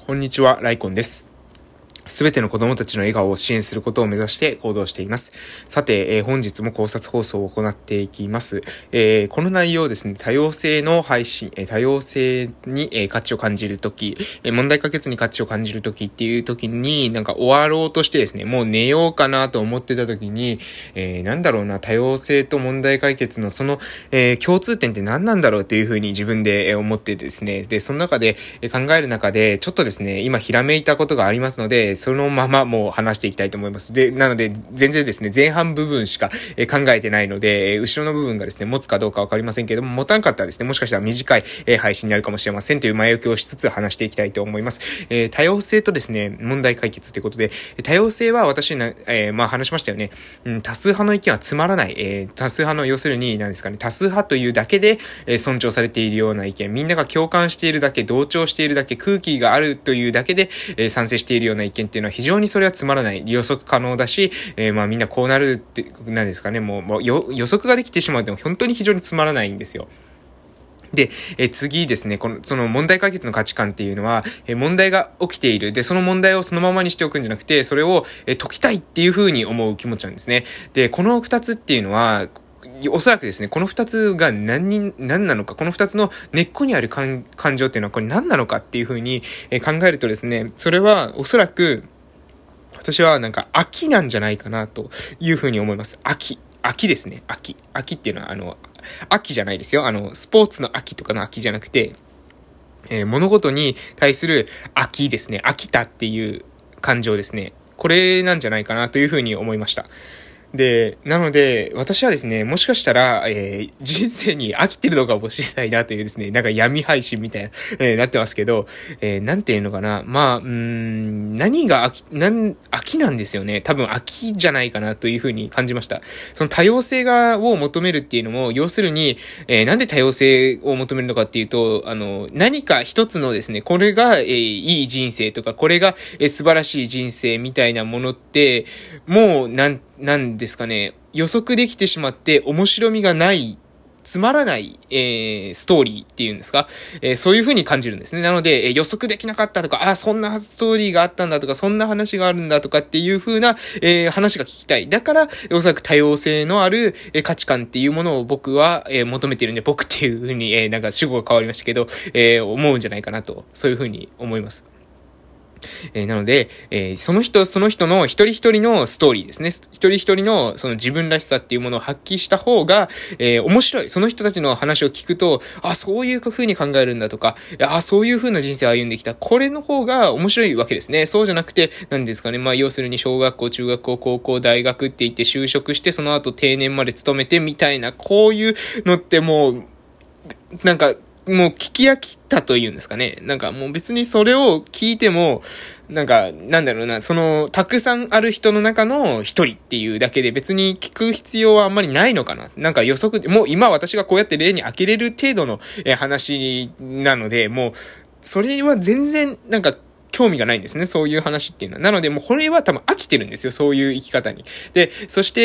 こんにちは、ライコンです。すべての子供たちの笑顔を支援することを目指して行動しています。さて、本日も考察放送を行っていきます。この内容ですね、多様性の配信、多様性に、価値を感じるとき、問題解決に価値を感じるときっていうときに、なんか終わろうとしてですね、もう寝ようかなと思ってたときに、多様性と問題解決のその、共通点って何なんだろうっていうふうに自分で思ってですね、で、その中で考える中で、ちょっとですね、今ひらめいたことがありますので、そのままもう話していきたいと思います。で、なので、全然ですね、前半部分しか考えてないので、後ろの部分がですね、持つかどうかわかりませんけれども、持たなかったらですね、もしかしたら短い配信になるかもしれませんという前置きをしつつ話していきたいと思います。多様性とですね、問題解決ということで、多様性は私話しましたよね。多数派の意見はつまらない。多数派の、要するに、何ですかね、多数派というだけで尊重されているような意見、みんなが共感しているだけ、同調しているだけ、空気があるというだけで賛成しているような意見っていうのは非常にそれはつまらない。予測可能だし、みんなこうなるって、何ですかね、もう予測ができてしまうと本当に非常につまらないんですよ。で、次ですね、その問題解決の価値観っていうのは、問題が起きている。で、その問題をそのままにしておくんじゃなくて、それを解きたいっていう風に思う気持ちなんですね。で、この二つっていうのは、おそらくですね、この二つが何なのか、この二つの根っこにある感情っていうのはこれ何なのかっていう風に考えるとですね、それはおそらく、私はなんか秋なんじゃないかなというふうに思います。秋ですね。秋っていうのは秋じゃないですよ。スポーツの秋とかの秋じゃなくて、物事に対する秋ですね。飽きたっていう感情ですね。これなんじゃないかなというふうに思いました。で、なので、私はですね、もしかしたら、人生に飽きてるのかもしれないなというですね、なんか闇配信みたいな、なってますけど、なんていうのかな。何が飽きなんですよね。多分飽きじゃないかなというふうに感じました。その多様性を求めるっていうのも、要するに、なんで多様性を求めるのかっていうと、何か一つのですね、これが、いい人生とか、これが、素晴らしい人生みたいなものって、もう、なんですかね、予測できてしまって面白みがない、つまらない、ストーリーっていうんですか、そういう風に感じるんですね。なので、予測できなかったとか、そんなストーリーがあったんだとか、そんな話があるんだとかっていう風な、話が聞きたい。だから、おそらく多様性のある、価値観っていうものを僕は、求めているんで、僕っていう風に、なんか主語が変わりましたけど、思うんじゃないかなと、そういう風に思います。なので、その人の一人一人のストーリーですね。一人一人のその自分らしさっていうものを発揮した方が、面白い。その人たちの話を聞くと、そういう風に考えるんだとか、そういう風な人生を歩んできた。これの方が面白いわけですね。そうじゃなくて、何ですかね。要するに小学校、中学校、高校、大学って言って就職して、その後定年まで勤めてみたいな、こういうのってもう、なんか、もう聞き飽きたというんですかね。なんかもう別にそれを聞いても、なんか、なんだろうな、たくさんある人の中の一人っていうだけで別に聞く必要はあんまりないのかな。なんか予測、もう今私がこうやって例に開けれる程度の話なので、もう、それは全然、なんか、興味がないんですね。そういう話っていうのは。なので、もうこれは多分飽きてるんですよ。そういう生き方に。で、そして、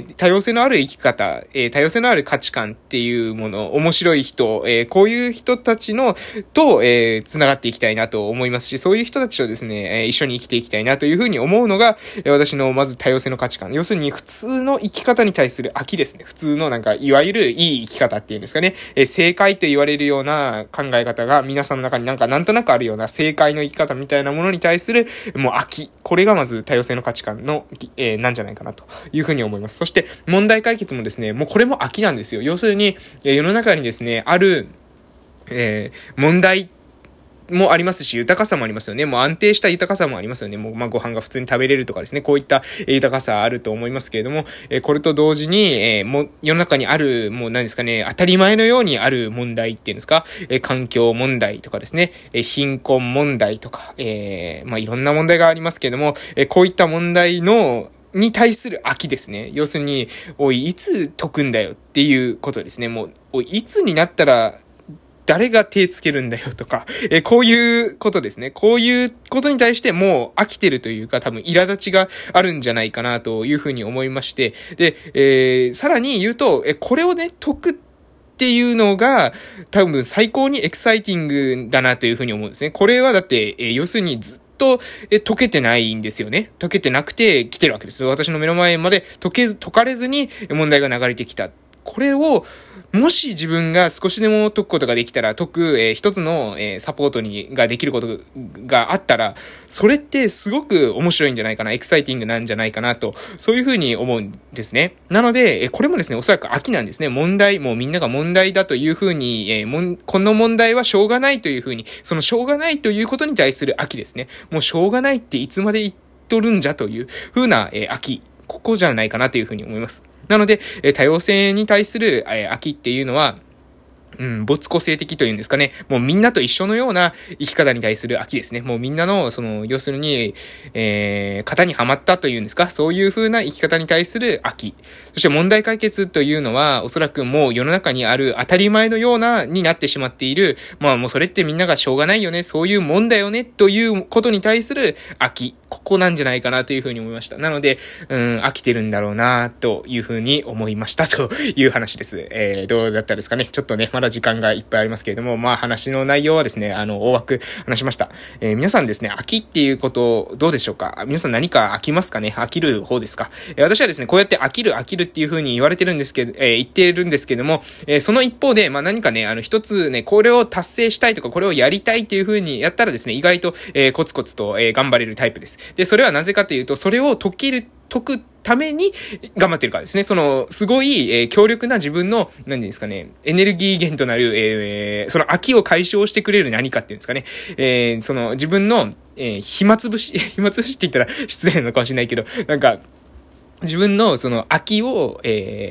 多様性のある生き方、多様性のある価値観っていうもの、面白い人、こういう人たちと、つながっていきたいなと思いますし、そういう人たちとですね、一緒に生きていきたいなというふうに思うのが、私のまず多様性の価値観。要するに、普通の生き方に対する飽きですね。普通のなんか、いわゆるいい生き方っていうんですかね。正解と言われるような考え方が皆さんの中になんとなくあるような正解の生き方みたいなものに対する、もう飽き。これがまず多様性の価値観の、なんじゃないかなというふうに思います。そして、問題解決もですね、もうこれも飽きなんですよ。要するに、世の中にですね、ある、問題もありますし、豊かさもありますよね。もう安定した豊かさもありますよね。もうご飯が普通に食べれるとかですね。こういった豊かさあると思いますけれども、これと同時に、もう世の中にある、もう何ですかね、当たり前のようにある問題っていうんですか、環境問題とかですね、貧困問題とか、いろんな問題がありますけれども、こういった問題に対する飽きですね。要するに、おい、いつ解くんだよっていうことですね。もう、おい、いつになったら、誰が手つけるんだよとか、こういうことですね。こういうことに対してもう飽きてるというか、多分苛立ちがあるんじゃないかなというふうに思いまして、で、さらに言うと、これをね、解くっていうのが多分最高にエキサイティングだなというふうに思うんですね。これはだって、要するにずっと解けてないんですよね。解けてなくて来てるわけです。私の目の前まで解かれずに問題が流れてきた。これを、もし自分が少しでも解くことができたら、一つの、サポートができることがあったら、それってすごく面白いんじゃないかな、エキサイティングなんじゃないかなと、そういうふうに思うんですね。なので、これもですね、おそらく秋なんですね。もうみんなが問題だというふうに、この問題はしょうがないというふうに、そのしょうがないということに対する秋ですね。もうしょうがないっていつまで言っとるんじゃというふうな、秋。ここじゃないかなというふうに思います。なので、多様性に対する、秋っていうのは、没個性的というんですかね。もうみんなと一緒のような生き方に対する秋ですね。もうみんなの、要するに、型にはまったというんですか。そういう風な生き方に対する秋。そして問題解決というのは、おそらくもう世の中にある当たり前のような、になってしまっている。まあもうそれってみんながしょうがないよね。そういうもんだよね。ということに対する秋。ここなんじゃないかなという風に思いました。なので、飽きてるんだろうなという風に思いましたという話です。どうだったですかね。ちょっとね、まだ時間がいっぱいありますけれども、まあ話の内容はですね、大枠話しました。皆さんですね、飽きっていうことどうでしょうか？皆さん何か飽きますかね？飽きる方ですか？私はですね、こうやって飽きるっていう風に言われてるんですけど、言ってるんですけども、その一方で、まあ何かね、一つね、これを達成したいとか、これをやりたいっていう風にやったらですね、意外と、コツコツと、頑張れるタイプです。で、それはなぜかというと、それを解くために頑張ってるからですね。すごい、強力な自分の、何ですかね、エネルギー源となる、その飽きを解消してくれる何かっていうんですかね。自分の、暇つぶしって言ったら失礼なのかもしれないけど、なんか、自分の空きを、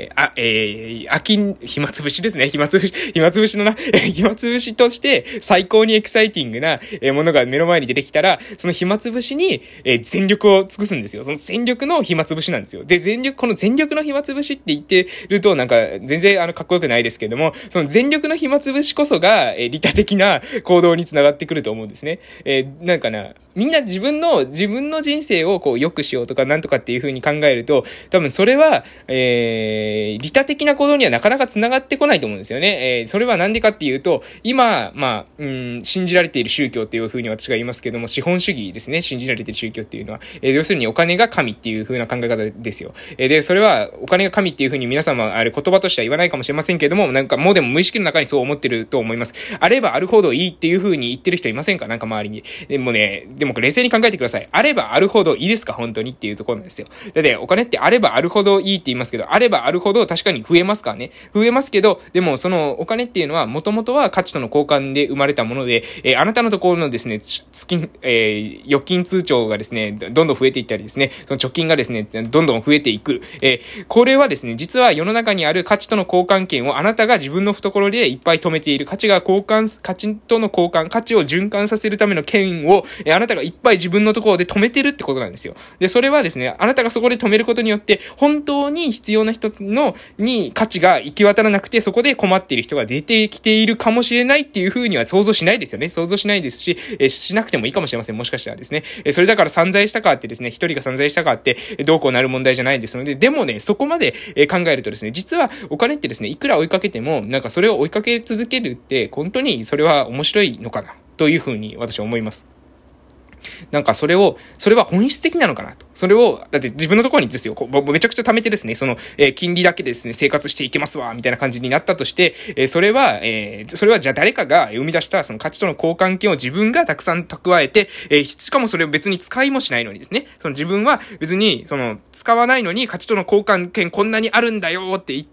暇つぶしですね。暇つぶしのな、暇つぶしとして最高にエキサイティングなものが目の前に出てきたら、その暇つぶしに、全力を尽くすんですよ。その全力の暇つぶしなんですよ。で、この全力の暇つぶしって言ってるとなんか全然かっこよくないですけども、その全力の暇つぶしこそが、利他的な行動につながってくると思うんですね。なんかな、みんな自分の人生をこう良くしようとかなんとかっていう風に考えると、多分それは、利他的な行動にはなかなか繋がってこないと思うんですよね。それはなんでかっていうと、今、信じられている宗教っていう風に私が言いますけども、資本主義ですね。信じられている宗教っていうのは、要するにお金が神っていう風な考え方ですよ。で、それはお金が神っていう風に皆様言葉としては言わないかもしれませんけども、なんかもうでも無意識の中にそう思ってると思います。あればあるほどいいっていう風に言ってる人いませんか？なんか周りに。でも冷静に考えてください。あればあるほどいいですか？本当にっていうところなんですよ。だってお金ってあればあるほどいいって言いますけど、あればあるほど確かに増えますからね。増えますけど、でもそのお金っていうのは元々は価値との交換で生まれたもので、あなたのところのですね、預金通帳がですね、どんどん増えていったりですね、その貯金がですね、どんどん増えていく。これはですね、実は世の中にある価値との交換権をあなたが自分の懐でいっぱい止めている。価値との交換、価値を循環させるための権を、あなたがいっぱい自分のところで止めてるってことなんですよ。で、それはですね、あなたがそこで止めることによって、本当に必要な人に価値が行き渡らなくて、そこで困っている人が出てきているかもしれないっていう風には想像しないですよね。想像しないですし、しなくてもいいかもしれません。もしかしたらですね。それだから散財したかってですね、一人が散財したかって、どうこうなる問題じゃないですので、でもね、そこまで考えるとですね、実はお金ってですね、いくら追いかけても、なんかそれを追いかけ続けるって、本当にそれは面白いのかな、という風に私は思います。なんかそれは本質的なのかなと。だって自分のところにですよ、めちゃくちゃ貯めてですね、金利だけでですね、生活していけますわ、みたいな感じになったとして、それはじゃあ誰かが生み出したその価値との交換権を自分がたくさん蓄えて、しかもそれを別に使いもしないのにですね、自分は別に使わないのに価値との交換権こんなにあるんだよって言って、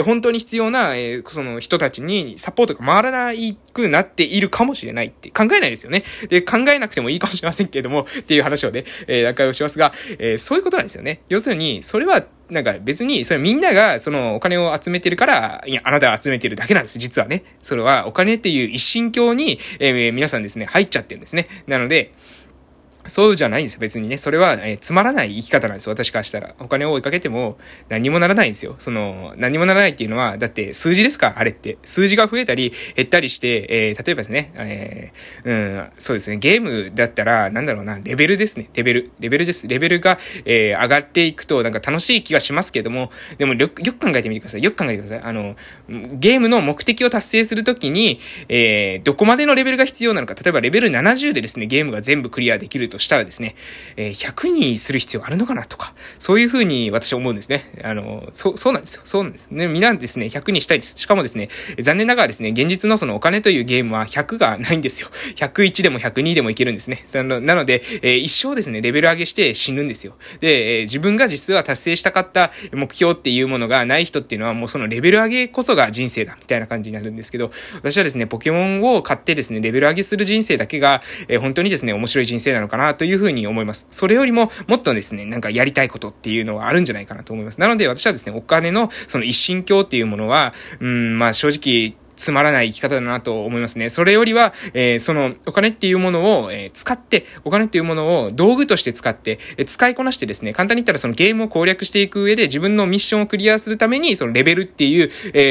本当に必要な、その人たちにサポートが回らなくなっているかもしれないって考えないですよね。で、考えなくてもいいかもしれませんけれども、っていう話をね、段階をしますが、そういうことなんですよね。要するに、それは、なんか別に、みんながお金を集めてるから、いや、あなたが集めてるだけなんです、実はね。それはお金っていう一神教に、皆さんですね、入っちゃってるんですね。なので、 そうじゃないんですよ、別にね。それは、つまらない生き方なんですよ、私からしたら。お金を追いかけても、何にもならないんですよ。何にもならないっていうのは、だって数字ですか、あれって。数字が増えたり、減ったりして、例えばですね、そうですね、ゲームだったら、なんだろうな、レベルですね、レベルです。レベルが、上がっていくと、なんか楽しい気がしますけども、でも、よく考えてみてください。よく考えてください。ゲームの目的を達成するときに、どこまでのレベルが必要なのか。例えば、レベル70でですね、ゲームが全部クリアできるとしたらですね、100にする必要あるのかなとか、そういう風に私は思うんですね。そうなんですよ。そうなんですね。皆ですね、100にしたいです。しかもですね、残念ながらですね、現実のそのお金というゲームは100がないんですよ。101でも102でもいけるんですね。なので、一生ですね、レベル上げして死ぬんですよ。で、自分が実は達成したかった目標っていうものがない人っていうのはもうそのレベル上げこそが人生だ、みたいな感じになるんですけど、私はですね、ポケモンを買ってですね、レベル上げする人生だけが、本当にですね、面白い人生なのかなというふうに思います。それよりも、もっとですね、なんかやりたいことっていうのはあるんじゃないかなと思います。なので私はですね、お金のその一神教っていうものは、正直、つまらない生き方だなと思いますね。それよりは、そのお金っていうものを、使って、お金っていうものを道具として使って、使いこなしてですね、簡単に言ったらそのゲームを攻略していく上で自分のミッションをクリアするために、そのレベルっていう、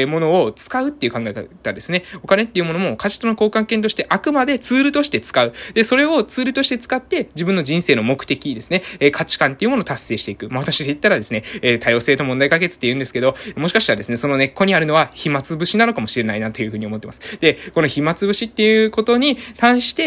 ものを使うっていう考え方ですね。お金っていうものも価値との交換権としてあくまでツールとして使う。で、それをツールとして使って自分の人生の目的ですね、価値観っていうものを達成していく。私で言ったらですね、多様性と問題解決って言うんですけど、もしかしたらですね、その根っこにあるのは暇つぶしなのかもしれないなというふうに思ってます。で、この暇つぶしっていうことに対して、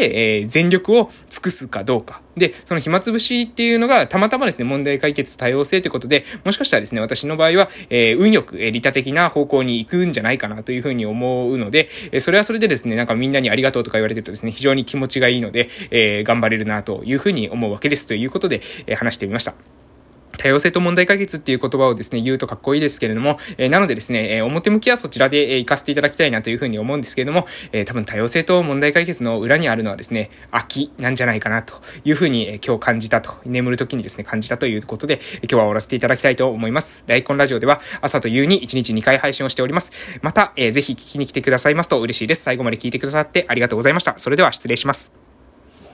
全力を尽くすかどうか。で、その暇つぶしっていうのがたまたまですね、問題解決多様性ということで、もしかしたらですね、私の場合は、運よく、利他的な方向に行くんじゃないかなというふうに思うので、それはそれでですね、なんかみんなにありがとうとか言われてるとですね、非常に気持ちがいいので、頑張れるなというふうに思うわけですということで、話してみました。多様性と問題解決っていう言葉をですね、言うとかっこいいですけれども、なのでですね、表向きはそちらで、行かせていただきたいなというふうに思うんですけれども、多分多様性と問題解決の裏にあるのはですね、秋なんじゃないかなというふうに、今日感じたと、眠る時にですね、感じたということで、今日は終わらせていただきたいと思います。ライコンラジオでは朝と夕に1日2回配信をしております。また、ぜひ聞きに来てくださいますと嬉しいです。最後まで聞いてくださってありがとうございました。それでは失礼します。